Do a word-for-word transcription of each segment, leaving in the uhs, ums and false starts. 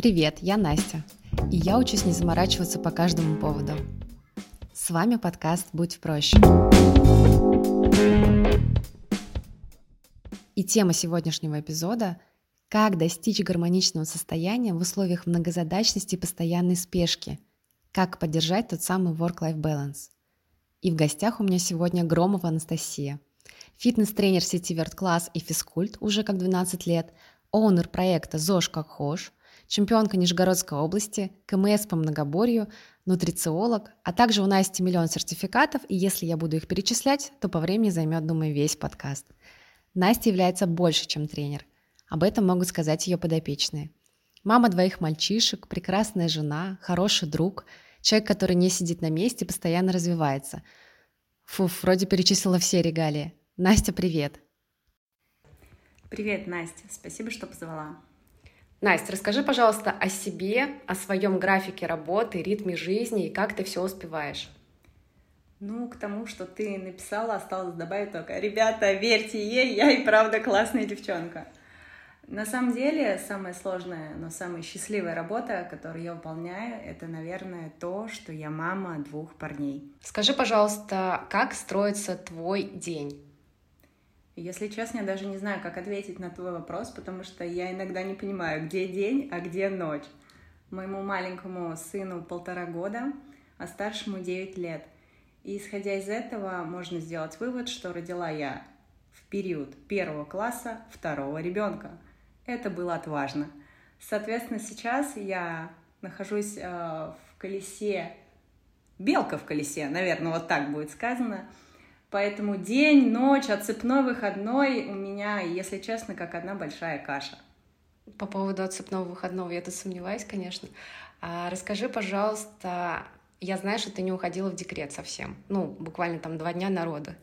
Привет, я Настя, и я учусь не заморачиваться по каждому поводу. С вами подкаст «Будь проще». И тема сегодняшнего эпизода – как достичь гармоничного состояния в условиях многозадачности и постоянной спешки, как поддержать тот самый work-life balance. И в гостях у меня сегодня Громова Анастасия, фитнес-тренер сети Верт-класс и физкульт уже как двенадцать лет, оунер проекта ЗОЖ как ХОЖ, чемпионка Нижегородской области, КМС по многоборью, нутрициолог, а также у Насти миллион сертификатов, и если я буду их перечислять, то по времени займет, думаю, весь подкаст. Настя является больше, чем тренер. Об этом могут сказать ее подопечные. Мама двоих мальчишек, прекрасная жена, хороший друг, человек, который не сидит на месте, постоянно развивается. Фуф, вроде перечислила все регалии. Настя, привет! Привет, Настя. Спасибо, что позвала. Настя, расскажи, пожалуйста, о себе, о своем графике работы, ритме жизни и как ты все успеваешь. Ну, к тому, что ты написала, осталось добавить только: ребята, верьте ей, я и правда классная девчонка. На самом деле, самая сложная, но самая счастливая работа, которую я выполняю, это, наверное, то, что я мама двух парней. Скажи, пожалуйста, как строится твой день? Если честно, я даже не знаю, как ответить на твой вопрос, потому что я иногда не понимаю, где день, а где ночь. Моему маленькому сыну полтора года, а старшему девять лет. И исходя из этого, можно сделать вывод, что родила я в период первого класса второго ребенка. Это было отважно. Соответственно, сейчас я нахожусь э, в колесе, белка в колесе, наверное, вот так будет сказано. Поэтому день, ночь, отцепной, выходной у меня, если честно, как одна большая каша. По поводу отцепного выходного я тут сомневаюсь, конечно. А расскажи, пожалуйста, я знаю, что ты не уходила в декрет совсем. Ну, буквально там два дня на роды.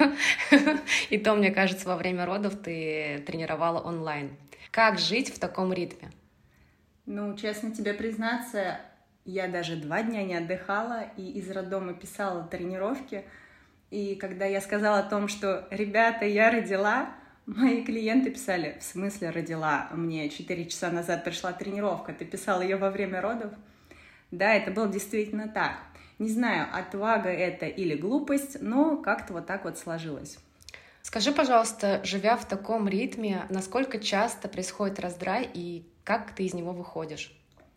И то, мне кажется, во время родов ты тренировала онлайн. Как жить в таком ритме? Ну, честно тебе признаться, я даже два дня не отдыхала и из роддома писала тренировки. И когда я сказала о том, что «ребята, я родила», мои клиенты писали: «В смысле родила? Мне четыре часа назад пришла тренировка, ты писал ее во время родов?» Да, это было действительно так. Не знаю, отвага это или глупость, но как-то вот так вот сложилось. Скажи, пожалуйста, живя в таком ритме, насколько часто происходит раздрай и как ты из него выходишь?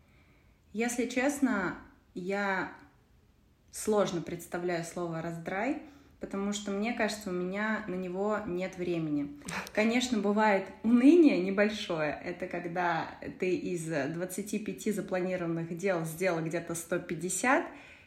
Если честно, я сложно представляю слово «раздрай», потому что, мне кажется, у меня на него нет времени. Конечно, бывает уныние небольшое. Это когда ты из двадцати пяти запланированных дел сделал где-то сто пятьдесят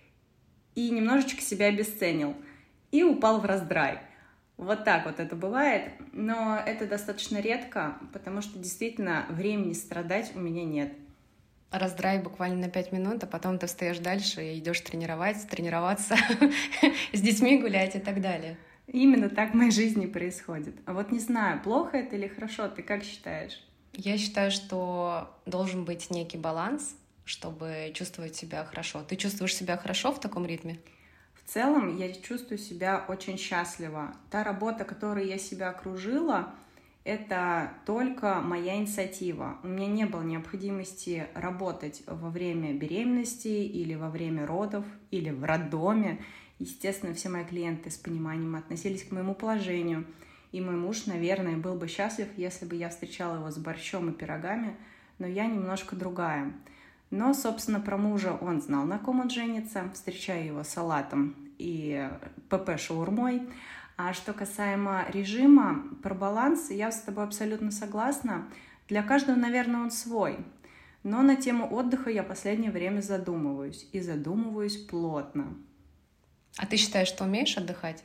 и немножечко себя обесценил, и упал в раздрай. Вот так вот это бывает, но это достаточно редко, потому что действительно времени страдать у меня нет. Раздрай буквально на пять минут, а потом ты встаешь дальше и идешь тренировать, тренироваться, с детьми гулять и так далее. Именно так в моей жизни происходит. А вот не знаю, плохо это или хорошо, ты как считаешь? Я считаю, что должен быть некий баланс, чтобы чувствовать себя хорошо. Ты чувствуешь себя хорошо в таком ритме? В целом я чувствую себя очень счастливо. Та работа, которой я себя окружила, это только моя инициатива. У меня не было необходимости работать во время беременности или во время родов, или в роддоме. Естественно, все мои клиенты с пониманием относились к моему положению. И мой муж, наверное, был бы счастлив, если бы я встречала его с борщом и пирогами, но я немножко другая. Но, собственно, про мужа он знал, на ком он женится. Встречаю его салатом и ПП-шаурмой. А что касаемо режима, про баланс, я с тобой абсолютно согласна. Для каждого, наверное, он свой. Но на тему отдыха я в последнее время задумываюсь. И задумываюсь плотно. А ты считаешь, что умеешь отдыхать?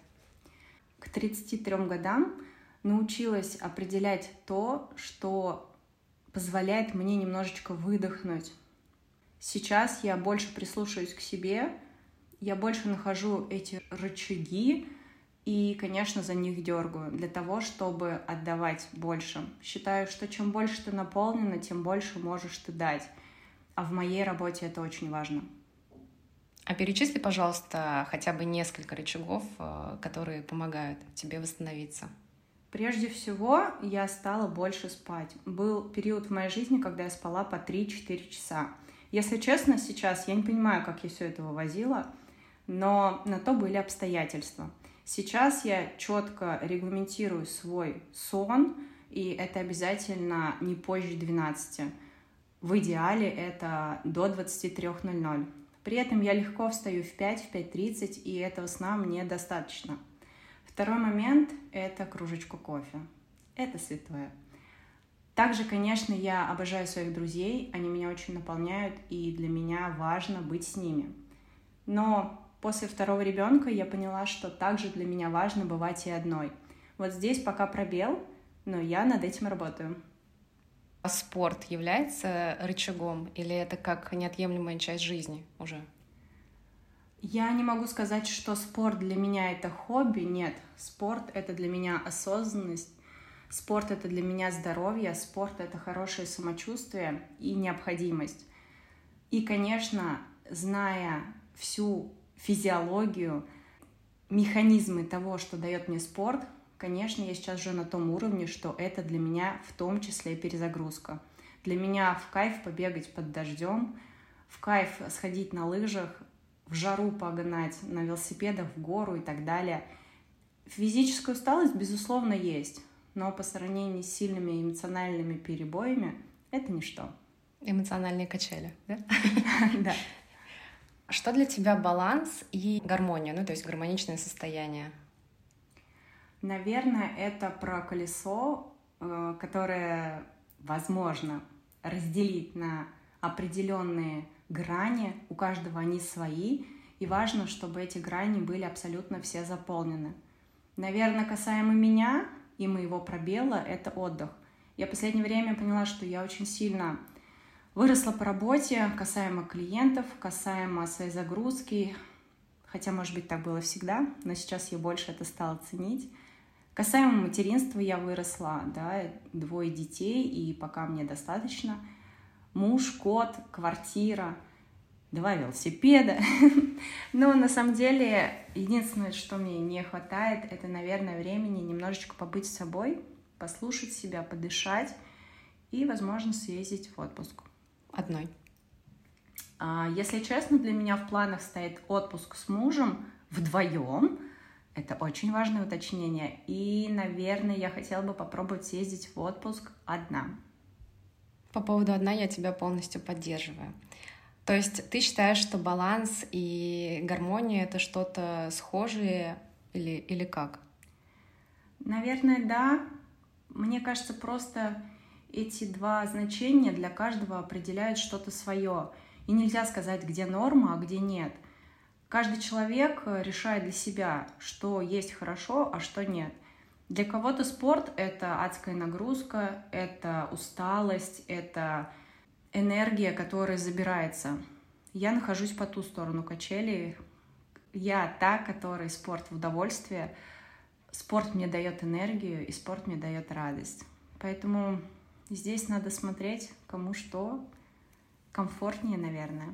К тридцати трём годам научилась определять то, что позволяет мне немножечко выдохнуть. Сейчас я больше прислушиваюсь к себе, я больше нахожу эти рычаги, и, конечно, за них дергаю для того, чтобы отдавать больше. Считаю, что чем больше ты наполнена, тем больше можешь ты дать. А в моей работе это очень важно. А перечисли, пожалуйста, хотя бы несколько рычагов, которые помогают тебе восстановиться. Прежде всего, я стала больше спать. Был период в моей жизни, когда я спала по три-четыре часа. Если честно, сейчас я не понимаю, как я все это вывозила, но на то были обстоятельства. Сейчас я четко регламентирую свой сон, и это обязательно не позже двенадцати. В идеале это до двадцати трёх ноль-ноль. При этом я легко встаю в пять, в пять тридцать, и этого сна мне достаточно. Второй момент – это кружечку кофе. Это святое. Также, конечно, я обожаю своих друзей, они меня очень наполняют, и для меня важно быть с ними. Но после второго ребенка я поняла, что также для меня важно бывать и одной. Вот здесь пока пробел, но я над этим работаю. А спорт является рычагом или это как неотъемлемая часть жизни уже? Я не могу сказать, что спорт для меня это хобби. Нет, спорт это для меня осознанность, спорт это для меня здоровье, спорт это хорошее самочувствие и необходимость. И, конечно, зная всю физиологию, механизмы того, что дает мне спорт, конечно, я сейчас уже на том уровне, что это для меня в том числе перезагрузка. Для меня в кайф побегать под дождем, в кайф сходить на лыжах, в жару погнать на велосипедах в гору и так далее. Физическая усталость, безусловно, есть, но по сравнению с сильными эмоциональными перебоями это ничто. Эмоциональные качели, да? Да. Что для тебя баланс и гармония, ну то есть гармоничное состояние? Наверное, это про колесо, которое возможно разделить на определенные грани, у каждого они свои, и важно, чтобы эти грани были абсолютно все заполнены. Наверное, касаемо меня и моего пробела, это отдых. Я в последнее время поняла, что я очень сильно выросла по работе, касаемо клиентов, касаемо своей загрузки, хотя, может быть, так было всегда, но сейчас я больше это стала ценить. Касаемо материнства я выросла, да, двое детей, и пока мне достаточно. Муж, кот, квартира, два велосипеда. Но на самом деле единственное, что мне не хватает, это, наверное, времени немножечко побыть с собой, послушать себя, подышать и, возможно, съездить в отпуск. Одной. Если честно, для меня в планах стоит отпуск с мужем вдвоем. Это очень важное уточнение. И, наверное, я хотела бы попробовать съездить в отпуск одна. По поводу «одна» я тебя полностью поддерживаю. То есть ты считаешь, что баланс и гармония — это что-то схожее или, или как? Наверное, да. Мне кажется, просто эти два значения для каждого определяют что-то свое. И нельзя сказать, где норма, а где нет. Каждый человек решает для себя, что есть хорошо, а что нет. Для кого-то спорт — это адская нагрузка, это усталость, это энергия, которая забирается. Я нахожусь по ту сторону качелей. Я та, которой спорт в удовольствие. Спорт мне дает энергию, и спорт мне дает радость. Поэтому здесь надо смотреть, кому что комфортнее, наверное.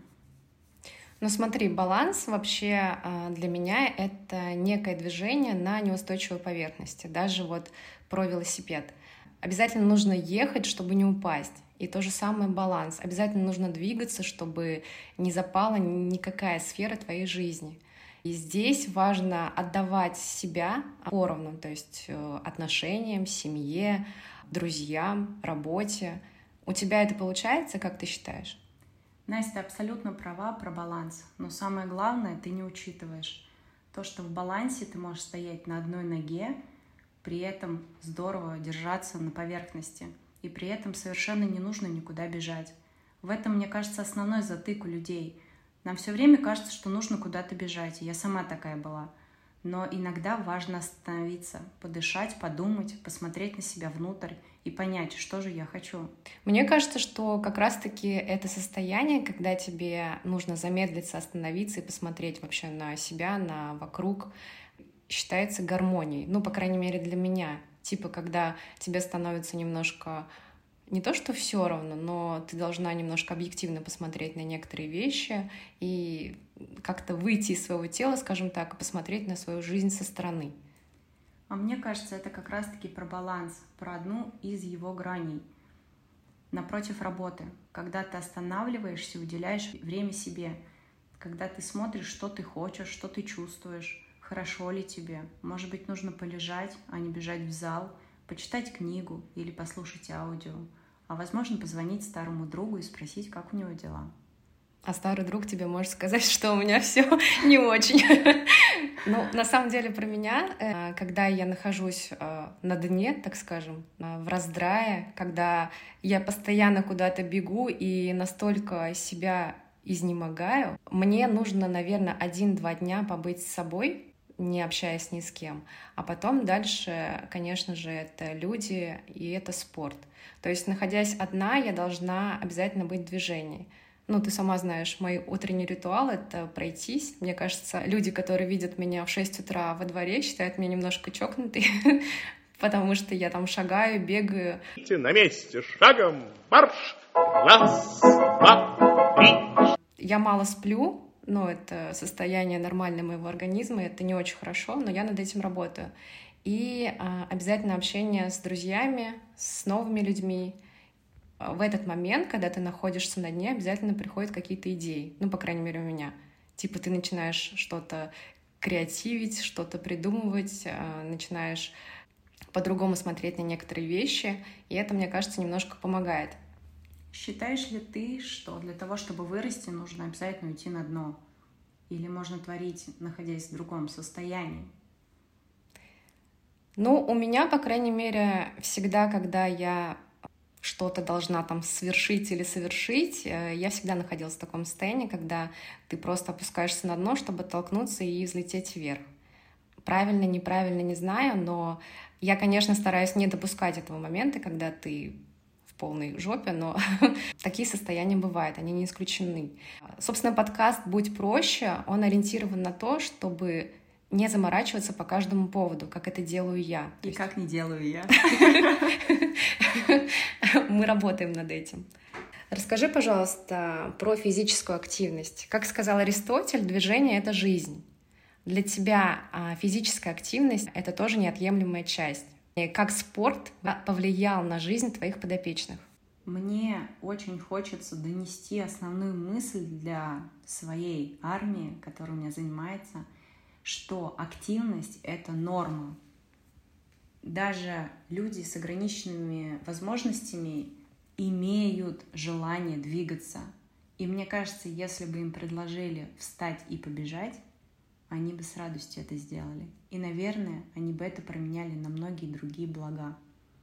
Ну смотри, баланс вообще для меня — это некое движение на неустойчивой поверхности. Даже вот про велосипед. Обязательно нужно ехать, чтобы не упасть. И то же самое баланс. Обязательно нужно двигаться, чтобы не запала никакая сфера твоей жизни. И здесь важно отдавать себя поровну, то есть отношениям, семье, друзьям, работе. У тебя это получается, как ты считаешь? Настя, ты абсолютно права про баланс, но самое главное, ты не учитываешь то, что в балансе ты можешь стоять на одной ноге, при этом здорово держаться на поверхности, и при этом совершенно не нужно никуда бежать. В этом, мне кажется, основной затык у людей. Нам все время кажется, что нужно куда-то бежать, и я сама такая была. Но иногда важно остановиться, подышать, подумать, посмотреть на себя внутрь и понять, что же я хочу. Мне кажется, что как раз-таки это состояние, когда тебе нужно замедлиться, остановиться и посмотреть вообще на себя, на вокруг, считается гармонией. Ну, по крайней мере, для меня. Типа, когда тебе становится немножко не то, что все равно, но ты должна немножко объективно посмотреть на некоторые вещи и как-то выйти из своего тела, скажем так, и посмотреть на свою жизнь со стороны. А мне кажется, это как раз-таки про баланс, про одну из его граней. Напротив работы, когда ты останавливаешься, уделяешь время себе, когда ты смотришь, что ты хочешь, что ты чувствуешь, хорошо ли тебе. Может быть, нужно полежать, а не бежать в зал, почитать книгу или послушать аудио, а возможно, позвонить старому другу и спросить, как у него дела. А старый друг тебе может сказать, что у меня все не очень. Ну, на самом деле, про меня, когда я нахожусь на дне, так скажем, в раздрае, когда я постоянно куда-то бегу и настолько себя изнемогаю, мне нужно, наверное, один-два дня побыть с собой, не общаясь ни с кем. А потом дальше, конечно же, это люди и это спорт. То есть, находясь одна, я должна обязательно быть в движении. Ну, ты сама знаешь, мой утренний ритуал — это пройтись. Мне кажется, люди, которые видят меня в шесть утра во дворе, считают меня немножко чокнутой, потому что я там шагаю, бегаю. На месте, шагом, марш! Раз, два, три. Я мало сплю, но это состояние нормальное моего организма, это не очень хорошо, но я над этим работаю. И а, обязательно общение с друзьями, с новыми людьми. В этот момент, когда ты находишься на дне, обязательно приходят какие-то идеи. Ну, по крайней мере, у меня. Типа ты начинаешь что-то креативить, что-то придумывать, начинаешь по-другому смотреть на некоторые вещи, и это, мне кажется, немножко помогает. Считаешь ли ты, что для того, чтобы вырасти, нужно обязательно уйти на дно? Или можно творить, находясь в другом состоянии? Ну, у меня, по крайней мере, всегда, когда я что-то должна там свершить или совершить, я всегда находилась в таком состоянии, когда ты просто опускаешься на дно, чтобы толкнуться и взлететь вверх. Правильно, неправильно, не знаю, но я, конечно, стараюсь не допускать этого момента, когда ты в полной жопе, но такие состояния бывают, они не исключены. Собственно, подкаст «Будь проще», он ориентирован на то, чтобы не заморачиваться по каждому поводу, как это делаю я. И есть... как не делаю я. Мы работаем над этим. Расскажи, пожалуйста, про физическую активность. Как сказал Аристотель, движение — это жизнь. Для тебя физическая активность — это тоже неотъемлемая часть. И как спорт повлиял на жизнь твоих подопечных? Мне очень хочется донести основную мысль для своей армии, которая у меня занимается, что активность — это норма. Даже люди с ограниченными возможностями имеют желание двигаться. И мне кажется, если бы им предложили встать и побежать, они бы с радостью это сделали. И, наверное, они бы это променяли на многие другие блага.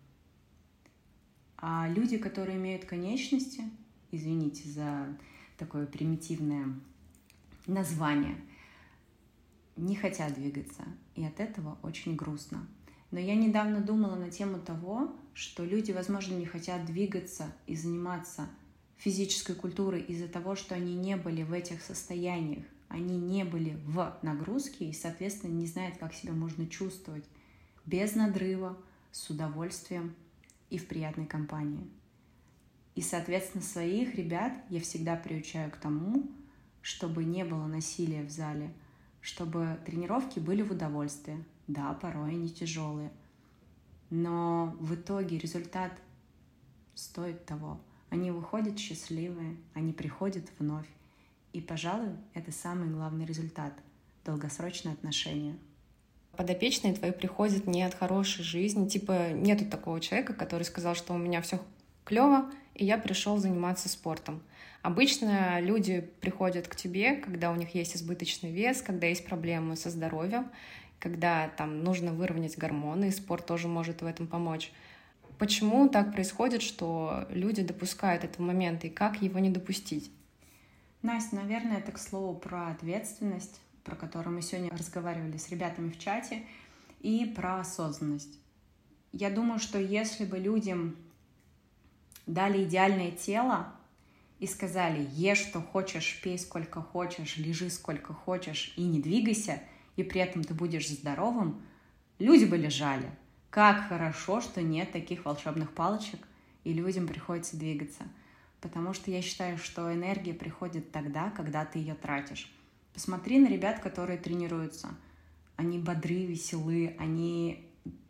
А люди, которые имеют конечности, извините за такое примитивное название, не хотят двигаться, и от этого очень грустно. Но я недавно думала на тему того, что люди, возможно, не хотят двигаться и заниматься физической культурой из-за того, что они не были в этих состояниях, они не были в нагрузке и, соответственно, не знают, как себя можно чувствовать без надрыва, с удовольствием и в приятной компании. И, соответственно, своих ребят я всегда приучаю к тому, чтобы не было насилия в зале, чтобы тренировки были в удовольствие. Да, порой они тяжелые, но в итоге результат стоит того. Они выходят счастливые, они приходят вновь. И, пожалуй, это самый главный результат — долгосрочные отношения. Подопечные твои приходят не от хорошей жизни. Типа нету такого человека, который сказал, что у меня все клево, и я пришел заниматься спортом. Обычно люди приходят к тебе, когда у них есть избыточный вес, когда есть проблемы со здоровьем, когда там нужно выровнять гормоны, и спорт тоже может в этом помочь. Почему так происходит, что люди допускают этот момент, и как его не допустить? Настя, наверное, это к слову про ответственность, про которую мы сегодня разговаривали с ребятами в чате, и про осознанность. Я думаю, что если бы людям дали идеальное тело и сказали: ешь что хочешь, пей сколько хочешь, лежи сколько хочешь и не двигайся, и при этом ты будешь здоровым, люди бы лежали. Как хорошо, что нет таких волшебных палочек, и людям приходится двигаться. Потому что я считаю, что энергия приходит тогда, когда ты ее тратишь. Посмотри на ребят, которые тренируются. Они бодры, веселы, они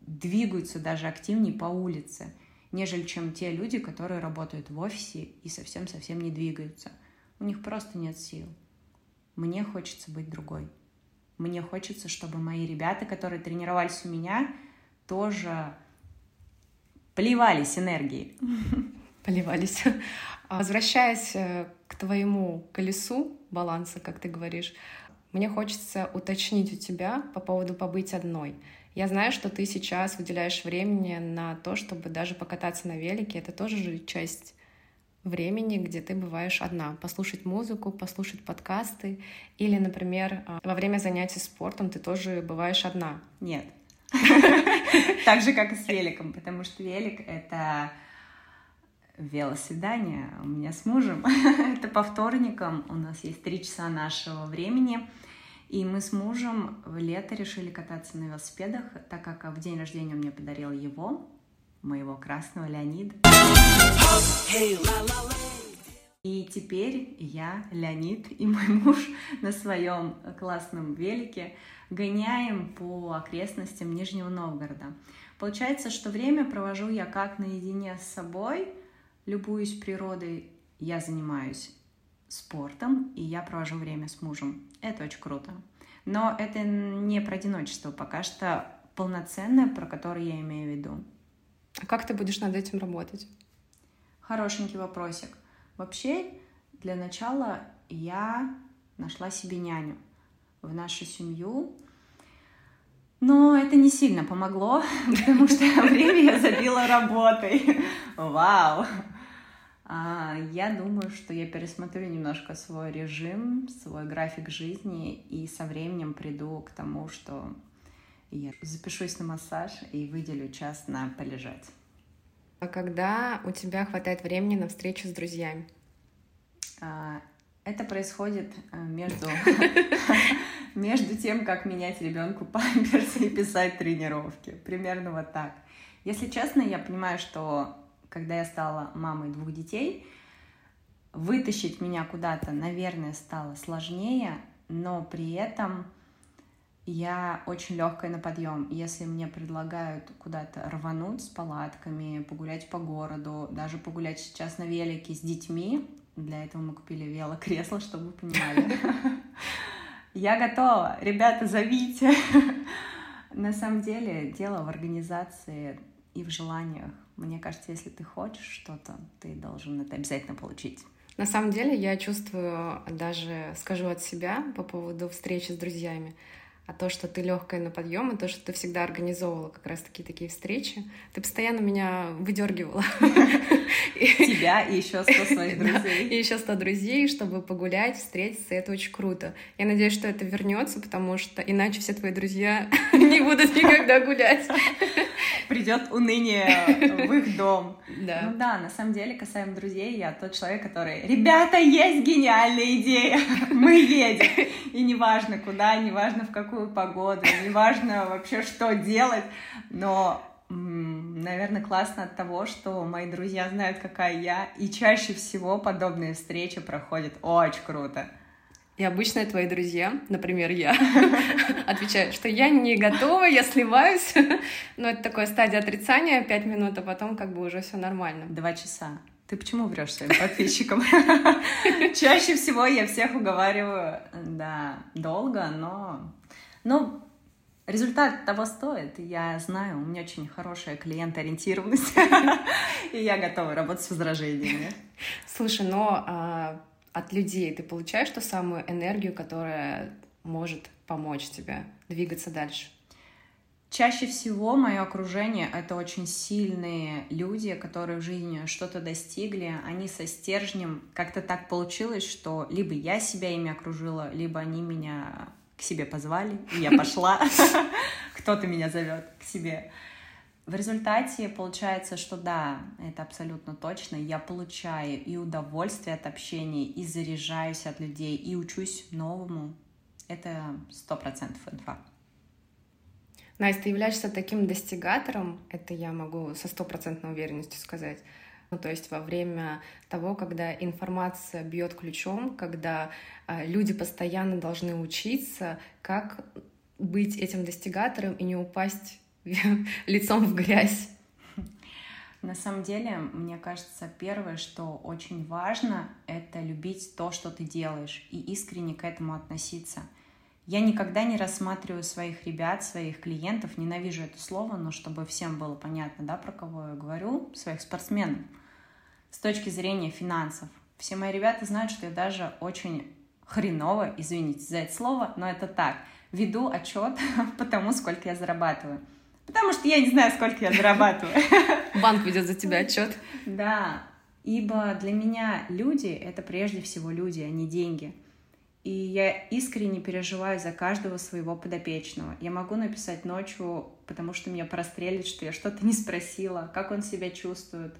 двигаются даже активнее по улице, нежели чем те люди, которые работают в офисе и совсем-совсем не двигаются. У них просто нет сил. Мне хочется быть другой. Мне хочется, чтобы мои ребята, которые тренировались у меня, тоже поливались энергией. Поливались. Возвращаясь к твоему колесу баланса, как ты говоришь, мне хочется уточнить у тебя по поводу побыть одной. Я знаю, что ты сейчас выделяешь времени на то, чтобы даже покататься на велике. Это тоже же часть времени, где ты бываешь одна. Послушать музыку, послушать подкасты. Или, например, во время занятий спортом ты тоже бываешь одна. Нет. Так же, как и с великом, потому что велик — это велосвидание у меня с мужем. Это по вторникам. У нас есть три часа нашего времени. И мы с мужем в лето решили кататься на велосипедах, так как в день рождения он мне подарил его, моего красного Леонида. И теперь я, Леонид и мой муж на своем классном велике гоняем по окрестностям Нижнего Новгорода. Получается, что время провожу я как наедине с собой, любуюсь природой, я занимаюсь спортом, и я провожу время с мужем. Это очень круто. Но это не про одиночество, пока что полноценное, про которое я имею в виду. А как ты будешь над этим работать? Хорошенький вопросик. Вообще, для начала я нашла себе няню в нашу семью, но это не сильно помогло, потому что время я забила работой. Вау! Я думаю, что я пересмотрю немножко свой режим, свой график жизни, и со временем приду к тому, что я запишусь на массаж и выделю час на полежать. А когда у тебя хватает времени на встречу с друзьями? Это происходит между, между тем, как менять ребенку памперсы и писать тренировки. Примерно вот так. Если честно, я понимаю, что когда я стала мамой двух детей, вытащить меня куда-то, наверное, стало сложнее, но при этом я очень легкая на подъем. Если мне предлагают куда-то рвануть с палатками, погулять по городу, даже погулять сейчас на велике с детьми, для этого мы купили велокресло, чтобы вы понимали, я готова. Ребята, зовите. На самом деле дело в организации и в желаниях. Мне кажется, если ты хочешь что-то, ты должен это обязательно получить. На самом деле я чувствую, даже скажу от себя по поводу встречи с друзьями, а то, что ты легкая на подъем, и то, что ты всегда организовывала как раз-таки такие встречи, ты постоянно меня выдергивала. Тебя и еще сто своих друзей. И еще сто друзей, чтобы погулять, встретиться, это очень круто. Я надеюсь, что это вернется, потому что иначе все твои друзья не будут никогда гулять. Придет уныние в их дом. Да. Ну да, на самом деле, касаемо друзей, я тот человек, который: ребята, есть гениальная идея, мы едем. И неважно куда, неважно в какую погоду, неважно вообще что делать, но, наверное, классно от того, что мои друзья знают, какая я, и чаще всего подобные встречи проходят очень круто. И обычно твои друзья, например, я, отвечаю, что я не готова, я сливаюсь. Но это такая стадия отрицания, пять минут, а потом как бы уже все нормально. Два часа. Ты почему врешь своим подписчикам? Чаще всего я всех уговариваю, да, долго, но... Ну, результат того стоит. Я знаю, у меня очень хорошая клиентоориентированность, и я готова работать с возражениями. Слушай, но... От людей ты получаешь ту самую энергию, которая может помочь тебе двигаться дальше? Чаще всего мое окружение — это очень сильные люди, которые в жизни что-то достигли. Они со стержнем. Как-то так получилось, что либо я себя ими окружила, либо они меня к себе позвали, и я пошла. Кто-то меня зовет к себе. В результате получается, что да, это абсолютно точно. Я получаю и удовольствие от общения, и заряжаюсь от людей, и учусь новому. Это сто процентов инфа. Настя, ты являешься таким достигатором, это я могу со стопроцентной уверенностью сказать. Ну, то есть во время того, когда информация бьет ключом, когда э, люди постоянно должны учиться, как быть этим достигатором и не упасть лицом в грязь? На самом деле, мне кажется, первое, что очень важно, это любить то, что ты делаешь, и искренне к этому относиться. Я никогда не рассматриваю своих ребят, своих клиентов, ненавижу это слово, но чтобы всем было понятно, да, про кого я говорю, своих спортсменов, с точки зрения финансов. Все мои ребята знают, что я даже очень хреново, извините за это слово, но это так, веду отчет по тому, сколько я зарабатываю. Потому что я не знаю, сколько я зарабатываю. Банк ведет за тебя отчет. Да, ибо для меня люди — это прежде всего люди, а не деньги. И я искренне переживаю за каждого своего подопечного. Я могу написать ночью, потому что меня прострелит, что я что-то не спросила, как он себя чувствует,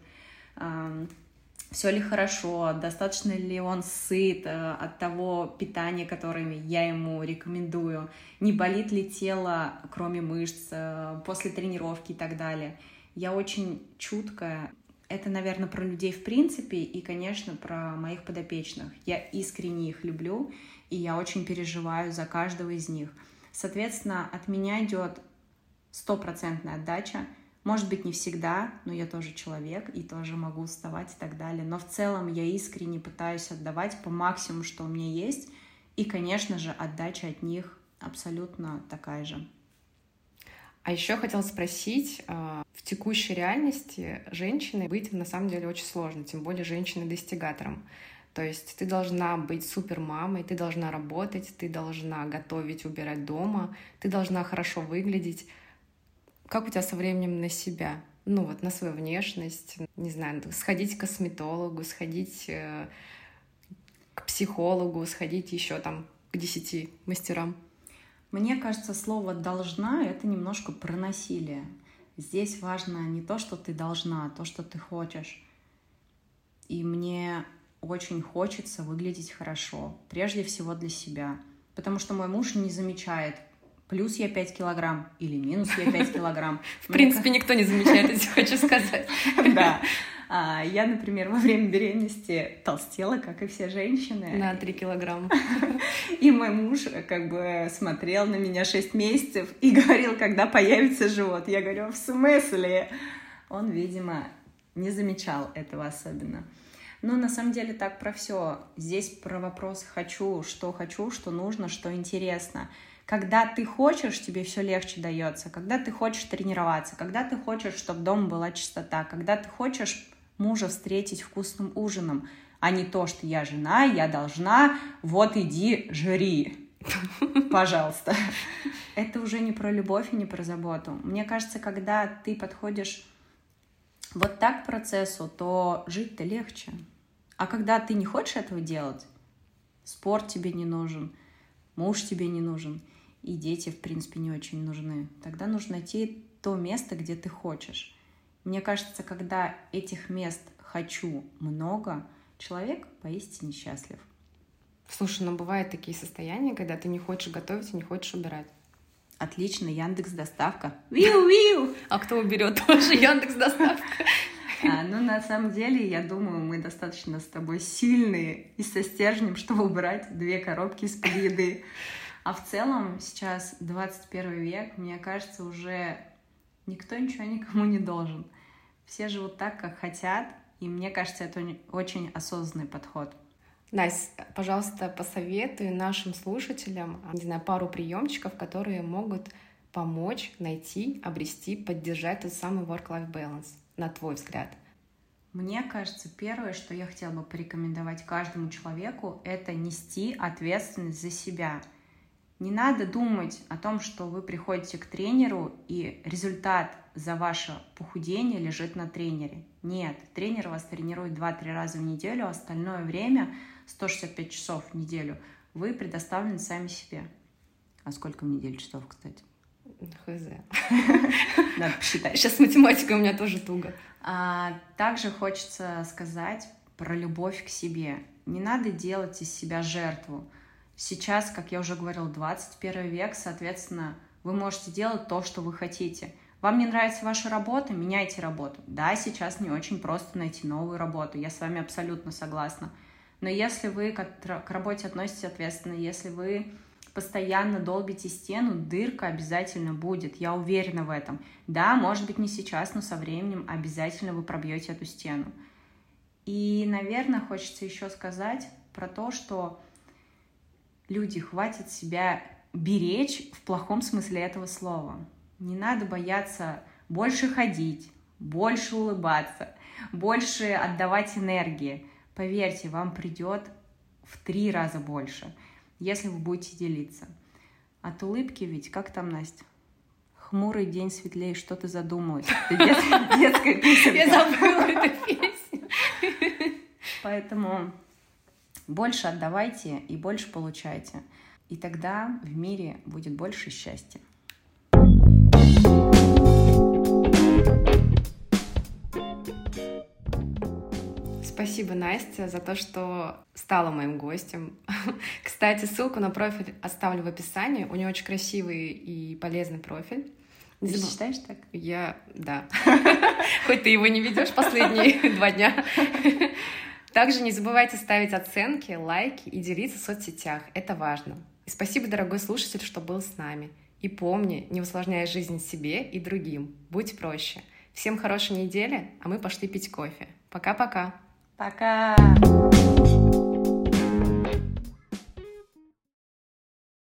все ли хорошо, достаточно ли он сыт от того питания, которое я ему рекомендую, не болит ли тело, кроме мышц, после тренировки и так далее. Я очень чуткая. Это, наверное, про людей в принципе и, конечно, про моих подопечных. Я искренне их люблю, и я очень переживаю за каждого из них. Соответственно, от меня идет стопроцентная отдача. Может быть, не всегда, но я тоже человек и тоже могу уставать и так далее. Но в целом я искренне пытаюсь отдавать по максимуму, что у меня есть. И, конечно же, отдача от них абсолютно такая же. А еще хотела спросить, в текущей реальности женщиной быть на самом деле очень сложно, тем более женщиной-достигатором. То есть ты должна быть супермамой, ты должна работать, ты должна готовить, убирать дома, ты должна хорошо выглядеть. Как у тебя со временем на себя? Ну вот на свою внешность, не знаю, сходить к косметологу, сходить э, к психологу, сходить еще там к десяти мастерам. Мне кажется, слово «должна» — это немножко про насилие. Здесь важно не то, что ты должна, а то, что ты хочешь. И мне очень хочется выглядеть хорошо, прежде всего для себя. Потому что мой муж не замечает, плюс я пять килограмм или минус я пять килограмм. В принципе, никто не замечает, если хочу сказать. Да. Я, например, во время беременности толстела, как и все женщины. На три килограмма. И мой муж как бы смотрел на меня шесть месяцев и говорил, когда появится живот. Я говорю, в смысле? Он, видимо, не замечал этого особенно. Но на самом деле так про все. Здесь про вопрос «хочу», что хочу, что нужно, что интересно. Когда ты хочешь, тебе все легче дается. Когда ты хочешь тренироваться, когда ты хочешь, чтобы дома была чистота, когда ты хочешь мужа встретить вкусным ужином, а не то, что я жена, я должна, вот иди, жри, пожалуйста. Это уже не про любовь и не про заботу. Мне кажется, когда ты подходишь вот так к процессу, то жить-то легче. А когда ты не хочешь этого делать, спорт тебе не нужен, муж тебе не нужен, и дети, в принципе, не очень нужны, тогда нужно найти то место, где ты хочешь. Мне кажется, когда этих мест «хочу» много, человек поистине счастлив. Слушай, ну бывают такие состояния, когда ты не хочешь готовить и не хочешь убирать. Отлично, Яндекс.Доставка. Виу-виу! А кто уберет тоже Яндекс.Доставка? А, ну, на самом деле, я думаю, мы достаточно с тобой сильные и со стержнем, чтобы убрать две коробки из-под еды. А в целом сейчас двадцать первый век, мне кажется, уже никто ничего никому не должен. Все живут так, как хотят, и мне кажется, это очень осознанный подход. Настя, пожалуйста, посоветуй нашим слушателям, не знаю, пару приемчиков, которые могут помочь найти, обрести, поддержать тот самый work-life balance, на твой взгляд. Мне кажется, первое, что я хотела бы порекомендовать каждому человеку, это нести ответственность за себя. Не надо думать о том, что вы приходите к тренеру, и результат за ваше похудение лежит на тренере. Нет, тренер вас тренирует два-три раза в неделю, а остальное время, сто шестьдесят пять часов в неделю, вы предоставлены сами себе. А сколько в неделю часов, кстати? Хз. Надо посчитать. Сейчас с математикой у меня тоже туго. А, также хочется сказать про любовь к себе. Не надо делать из себя жертву. Сейчас, как я уже говорила, двадцать первый век, соответственно, вы можете делать то, что вы хотите. Вам не нравится ваша работа? Меняйте работу. Да, сейчас не очень просто найти новую работу, я с вами абсолютно согласна. Но если вы к работе относитесь ответственно, если вы постоянно долбите стену, дырка обязательно будет, я уверена в этом. Да, может быть, не сейчас, но со временем обязательно вы пробьете эту стену. И, наверное, хочется еще сказать про то, что люди, хватит себя беречь в плохом смысле этого слова. Не надо бояться больше ходить, больше улыбаться, больше отдавать энергии. Поверьте, вам придет в три раза больше, если вы будете делиться. От улыбки ведь, как там, Настя? Хмурый день светлее, что ты задумалась? Это детская песенка. Я забыла эту песню. Поэтому больше отдавайте и больше получайте. И тогда в мире будет больше счастья. Спасибо, Настя, за то, что стала моим гостем. Кстати, ссылку на профиль оставлю в описании. У нее очень красивый и полезный профиль. Ты Заб... считаешь так? Я, да. Хоть ты его не ведешь последние два дня. Также не забывайте ставить оценки, лайки и делиться в соцсетях. Это важно. И спасибо, дорогой слушатель, что был с нами. И помни, не усложняй жизнь себе и другим. Будь проще. Всем хорошей недели, а мы пошли пить кофе. Пока-пока. Пока!